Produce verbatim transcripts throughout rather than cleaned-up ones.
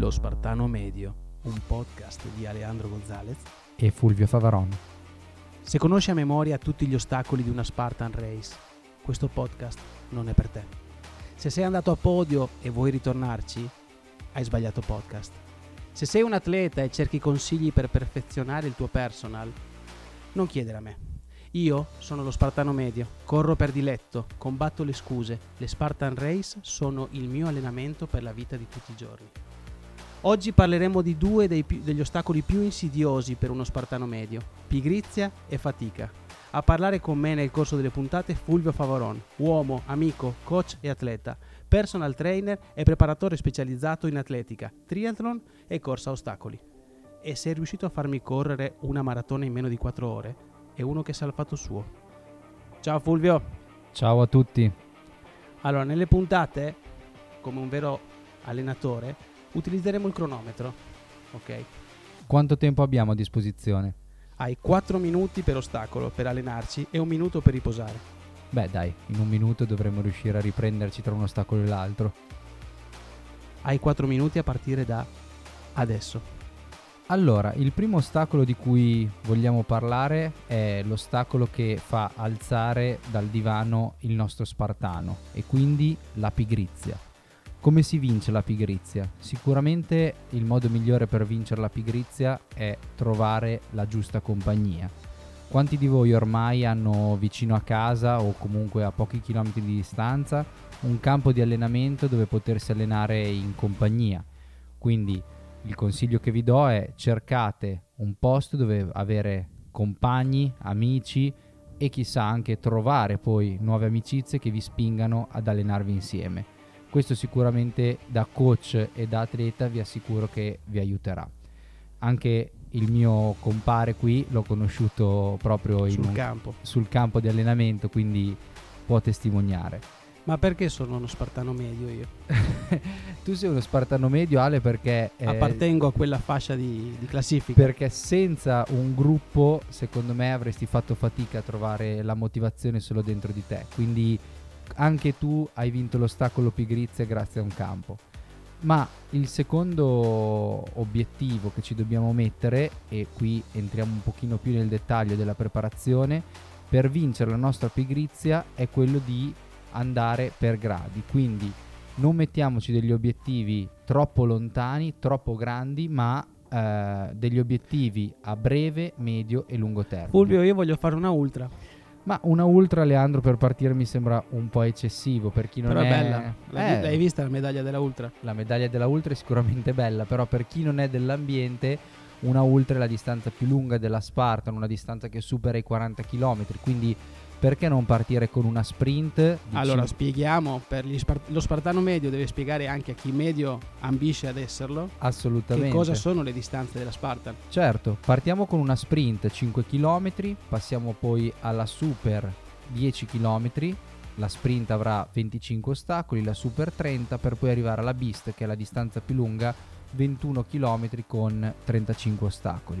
Lo Spartano Medio, un podcast di Alejandro Gonzalez e Fulvio Favaron. Se conosci a memoria tutti gli ostacoli di una Spartan Race, questo podcast non è per te. Se sei andato a podio e vuoi ritornarci, hai sbagliato podcast. Se sei un atleta e cerchi consigli per perfezionare il tuo personal, non chiedere a me. Io sono lo Spartano Medio, corro per diletto, combatto le scuse. Le Spartan Race sono il mio allenamento per la vita di tutti i giorni. Oggi parleremo di due dei più, degli ostacoli più insidiosi per uno Spartano Medio, pigrizia e fatica. A parlare con me nel corso delle puntate Fulvio Favaron, uomo, amico, coach e atleta, personal trainer e preparatore specializzato in atletica, triathlon e corsa a ostacoli. E sei riuscito a farmi correre una maratona in meno di quattro ore? È uno che sa il fatto suo. Ciao Fulvio. Ciao a tutti. Allora, nelle puntate, come un vero allenatore, utilizzeremo il cronometro. Ok? Quanto tempo abbiamo a disposizione? Hai quattro minuti per ostacolo, per allenarci, e un minuto per riposare. Beh dai, in un minuto dovremmo riuscire a riprenderci tra un ostacolo e l'altro. Hai quattro minuti a partire da adesso. Allora, il primo ostacolo di cui vogliamo parlare è l'ostacolo che fa alzare dal divano il nostro spartano, e quindi la pigrizia. Come si vince la pigrizia? Sicuramente il modo migliore per vincere la pigrizia è trovare la giusta compagnia. Quanti di voi ormai hanno vicino a casa o comunque a pochi chilometri di distanza un campo di allenamento dove potersi allenare in compagnia? Quindi il consiglio che vi do è: cercate un posto dove avere compagni, amici e chissà anche trovare poi nuove amicizie che vi spingano ad allenarvi insieme. Questo sicuramente da coach e da atleta vi assicuro che vi aiuterà. Anche il mio compare qui l'ho conosciuto proprio in sul un, campo. sul campo di allenamento, quindi può testimoniare. Ma perché sono uno Spartano Medio io? Tu sei uno Spartano Medio, Ale, perché eh, appartengo a quella fascia di, di classifica. Perché senza un gruppo, secondo me, avresti fatto fatica a trovare la motivazione solo dentro di te. Quindi anche tu hai vinto l'ostacolo pigrizia grazie a un campo. Ma il secondo obiettivo che ci dobbiamo mettere, e qui entriamo un pochino più nel dettaglio della preparazione, per vincere la nostra pigrizia è quello di andare per gradi. Quindi non mettiamoci degli obiettivi troppo lontani, troppo grandi, ma eh, degli obiettivi a breve, medio e lungo termine. Fulvio, io voglio fare una ultra. Ma una ultra, Leandro, per partire mi sembra un po' eccessivo per chi non però è... è bella. L'hai, eh, l'hai vista la medaglia della ultra? La medaglia della ultra è sicuramente bella, però per chi non è dell'ambiente, una ultra è la distanza più lunga della Spartan, una distanza che supera i quaranta chilometri, quindi perché non partire con una sprint? Allora cin- spieghiamo, per gli Spart- lo Spartano Medio deve spiegare anche a chi medio ambisce ad esserlo Assolutamente. che cosa sono le distanze della Spartan. Certo, partiamo con una sprint cinque chilometri, passiamo poi alla super dieci chilometri, la sprint avrà venticinque ostacoli, la super trenta, per poi arrivare alla Beast, che è la distanza più lunga, ventuno chilometri con trentacinque ostacoli.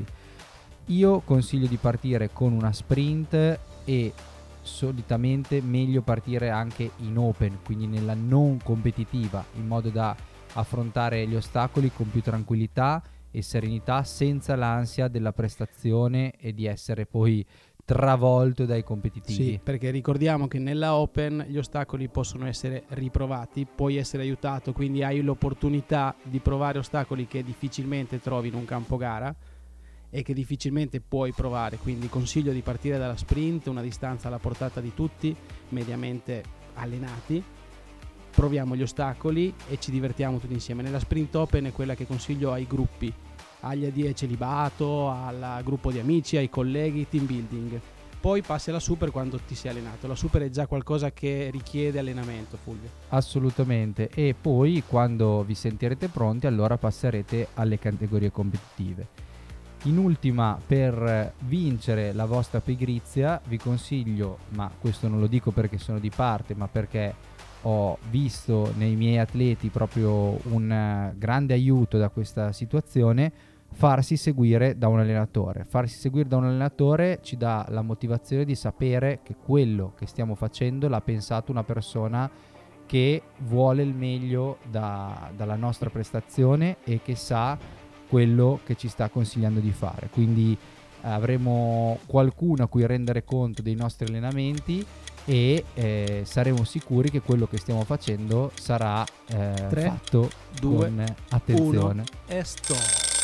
Io consiglio di partire con una sprint e solitamente meglio partire anche in open, quindi nella non competitiva, in modo da affrontare gli ostacoli con più tranquillità e serenità, senza l'ansia della prestazione e di essere poi travolto dai competitivi. Sì, perché ricordiamo che nella open gli ostacoli possono essere riprovati, puoi essere aiutato, quindi hai l'opportunità di provare ostacoli che difficilmente trovi in un campo gara e che difficilmente puoi provare, quindi consiglio di partire dalla sprint, una distanza alla portata di tutti, mediamente allenati. Proviamo gli ostacoli e ci divertiamo tutti insieme. Nella sprint open è quella che consiglio ai gruppi, agli A D E celibato, al gruppo di amici, ai colleghi, team building. Poi passi alla super quando ti sei allenato. La super è già qualcosa che richiede allenamento, Fulvio. Assolutamente. E poi quando vi sentirete pronti, allora passerete alle categorie competitive. In ultima, per vincere la vostra pigrizia, vi consiglio, ma questo non lo dico perché sono di parte, ma perché ho visto nei miei atleti proprio un grande aiuto da questa situazione, farsi seguire da un allenatore. Farsi seguire da un allenatore ci dà la motivazione di sapere che quello che stiamo facendo l'ha pensato una persona che vuole il meglio da, dalla nostra prestazione e che sa quello che ci sta consigliando di fare. Quindi avremo qualcuno a cui rendere conto dei nostri allenamenti e eh, saremo sicuri che quello che stiamo facendo sarà eh, tre, fatto due, con attenzione. uno e stop.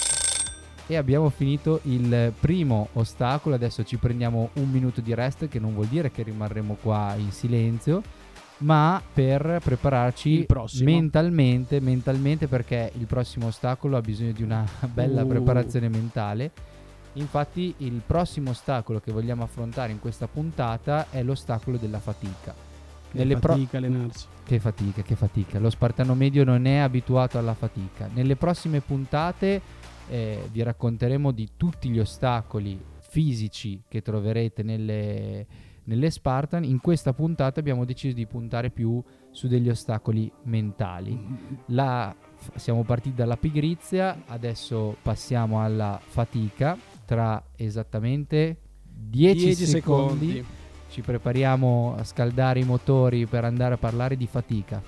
E abbiamo finito il primo ostacolo. Adesso ci prendiamo un minuto di rest, che non vuol dire che rimarremo qua in silenzio, ma per prepararci mentalmente, mentalmente perché il prossimo ostacolo ha bisogno di una bella uh. preparazione mentale. Infatti il prossimo ostacolo che vogliamo affrontare in questa puntata è l'ostacolo della fatica. Che Nelle fatica pro- allenarsi. Che fatica, che fatica. Lo spartano medio non è abituato alla fatica. Nelle prossime puntate eh, vi racconteremo di tutti gli ostacoli fisici che troverete nelle, nelle Spartan. In questa puntata abbiamo deciso di puntare più su degli ostacoli mentali. La, siamo partiti dalla pigrizia, adesso passiamo alla fatica. Tra esattamente dieci secondi, secondi ci prepariamo a scaldare i motori per andare a parlare di fatica.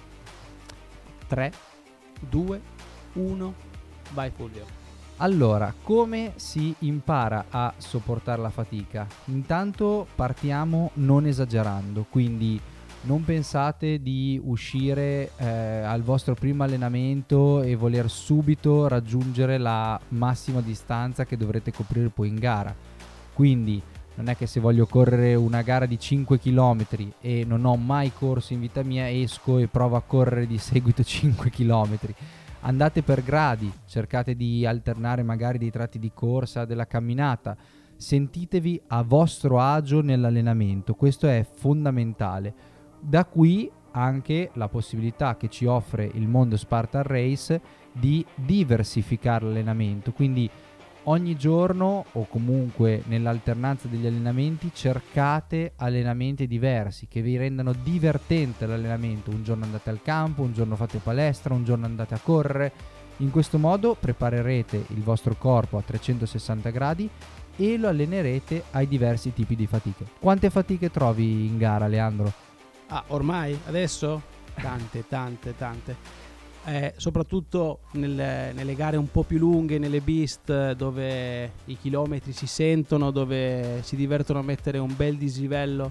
tre, due, uno, vai Fulvio. Allora, come si impara a sopportare la fatica? Intanto partiamo non esagerando, quindi non pensate di uscire eh, al vostro primo allenamento e voler subito raggiungere la massima distanza che dovrete coprire poi in gara. Quindi non è che se voglio correre una gara di cinque chilometri e non ho mai corso in vita mia, esco e provo a correre di seguito cinque chilometri. Andate per gradi, cercate di alternare magari dei tratti di corsa, della camminata. Sentitevi a vostro agio nell'allenamento, questo è fondamentale. Da qui anche la possibilità che ci offre il mondo Spartan Race di diversificare l'allenamento, quindi ogni giorno o comunque nell'alternanza degli allenamenti cercate allenamenti diversi che vi rendano divertente l'allenamento. Un giorno andate al campo, un giorno fate palestra, un giorno andate a correre. In questo modo preparerete il vostro corpo a trecentosessanta gradi e lo allenerete ai diversi tipi di fatiche. Quante fatiche trovi in gara, Leandro? Ah, ormai? Adesso? Tante, tante, tante. Eh, soprattutto nelle, nelle gare un po' più lunghe, nelle beast, dove i chilometri si sentono, dove si divertono a mettere un bel dislivello,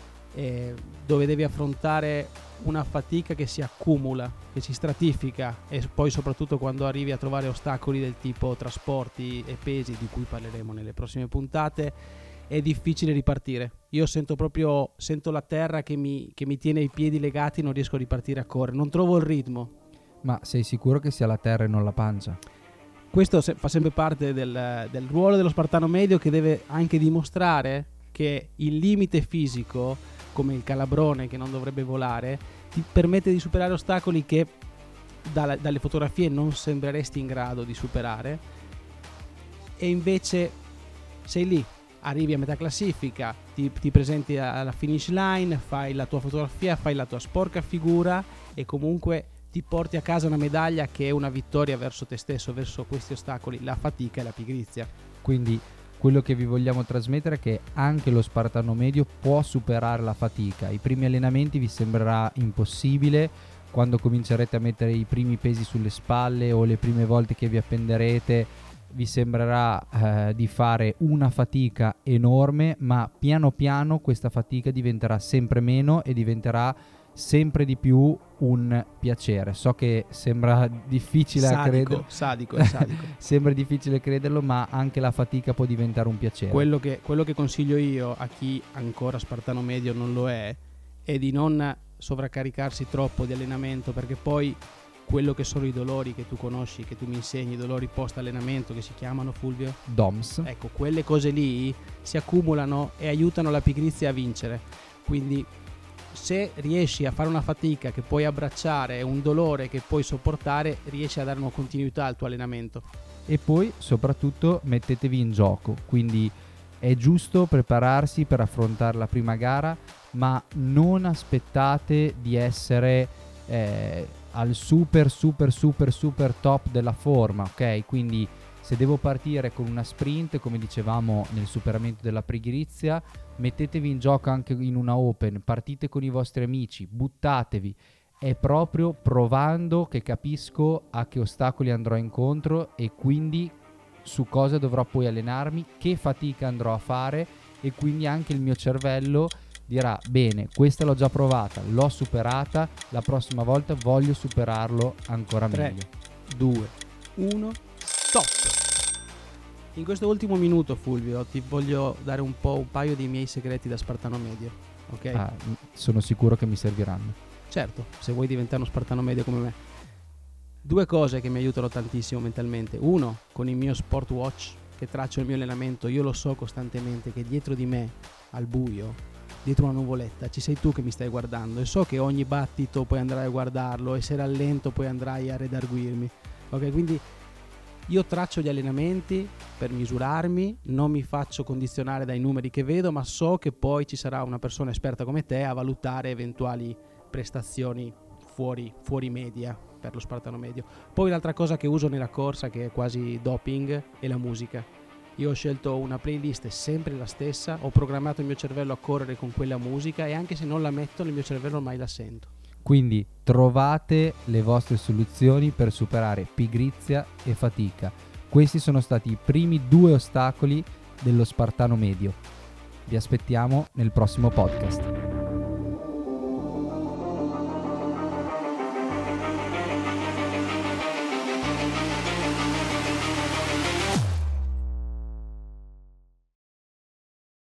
eh, dove devi affrontare una fatica che si accumula, che si stratifica, e poi soprattutto quando arrivi a trovare ostacoli del tipo trasporti e pesi, di cui parleremo nelle prossime puntate, è difficile ripartire. Io sento proprio, sento la terra che mi, che mi tiene i piedi legati, non riesco a ripartire a correre, non trovo il ritmo. Ma sei sicuro che sia la terra e non la pancia? Questo se, fa sempre parte del, del ruolo dello spartano medio, che deve anche dimostrare che il limite fisico, come il calabrone che non dovrebbe volare, ti permette di superare ostacoli che dalla, dalle fotografie non sembreresti in grado di superare, e invece sei lì, arrivi a metà classifica, ti, ti presenti alla finish line, fai la tua fotografia, fai la tua sporca figura e comunque ti porti a casa una medaglia che è una vittoria verso te stesso, verso questi ostacoli, la fatica e la pigrizia. Quindi quello che vi vogliamo trasmettere è che anche lo spartano medio può superare la fatica. I primi allenamenti vi sembrerà impossibile, quando comincerete a mettere i primi pesi sulle spalle o le prime volte che vi appenderete vi sembrerà eh, di fare una fatica enorme, ma piano piano questa fatica diventerà sempre meno e diventerà sempre di più un piacere. So che sembra difficile sadico, a crederlo, sadico, è sadico. sembra difficile crederlo, ma anche la fatica può diventare un piacere. Quello che, quello che consiglio io a chi ancora spartano medio non lo è, è di non sovraccaricarsi troppo di allenamento, perché poi quello che sono i dolori che tu conosci, che tu mi insegni, i dolori post allenamento, che si chiamano, Fulvio? D O M S. Ecco, quelle cose lì si accumulano e aiutano la pigrizia a vincere. Quindi se riesci a fare una fatica che puoi abbracciare, un dolore che puoi sopportare, riesci a dare una continuità al tuo allenamento. E poi soprattutto mettetevi in gioco, quindi è giusto prepararsi per affrontare la prima gara, ma non aspettate di essere eh, al super super super super top della forma, ok? Quindi se devo partire con una sprint, come dicevamo nel superamento della pigrizia, mettetevi in gioco anche in una open, partite con i vostri amici, buttatevi. è proprio provando che capisco a che ostacoli andrò incontro e quindi su cosa dovrò poi allenarmi, che fatica andrò a fare, e quindi anche il mio cervello dirà: bene, questa l'ho già provata, l'ho superata, la prossima volta voglio superarlo ancora tre, meglio. due, uno, stop! In questo ultimo minuto, Fulvio, ti voglio dare un po' un paio dei miei segreti da spartano medio, ok? Ah, sono sicuro che mi serviranno. Certo, se vuoi diventare uno spartano medio come me. Due cose che mi aiutano tantissimo mentalmente. Uno, con il mio Sport Watch, che traccio il mio allenamento, io lo so costantemente che dietro di me, al buio, dietro una nuvoletta, ci sei tu che mi stai guardando, e so che ogni battito puoi andare a guardarlo, e se rallento poi andrai a redarguirmi. Ok, quindi io traccio gli allenamenti per misurarmi, non mi faccio condizionare dai numeri che vedo, ma so che poi ci sarà una persona esperta come te a valutare eventuali prestazioni fuori, fuori media per lo spartano medio. Poi l'altra cosa che uso nella corsa, che è quasi doping, è la musica. Io ho scelto una playlist sempre la stessa, ho programmato il mio cervello a correre con quella musica, e anche se non la metto nel mio cervello mai la sento. Quindi trovate le vostre soluzioni per superare pigrizia e fatica. Questi sono stati i primi due ostacoli dello spartano medio. Vi aspettiamo nel prossimo podcast.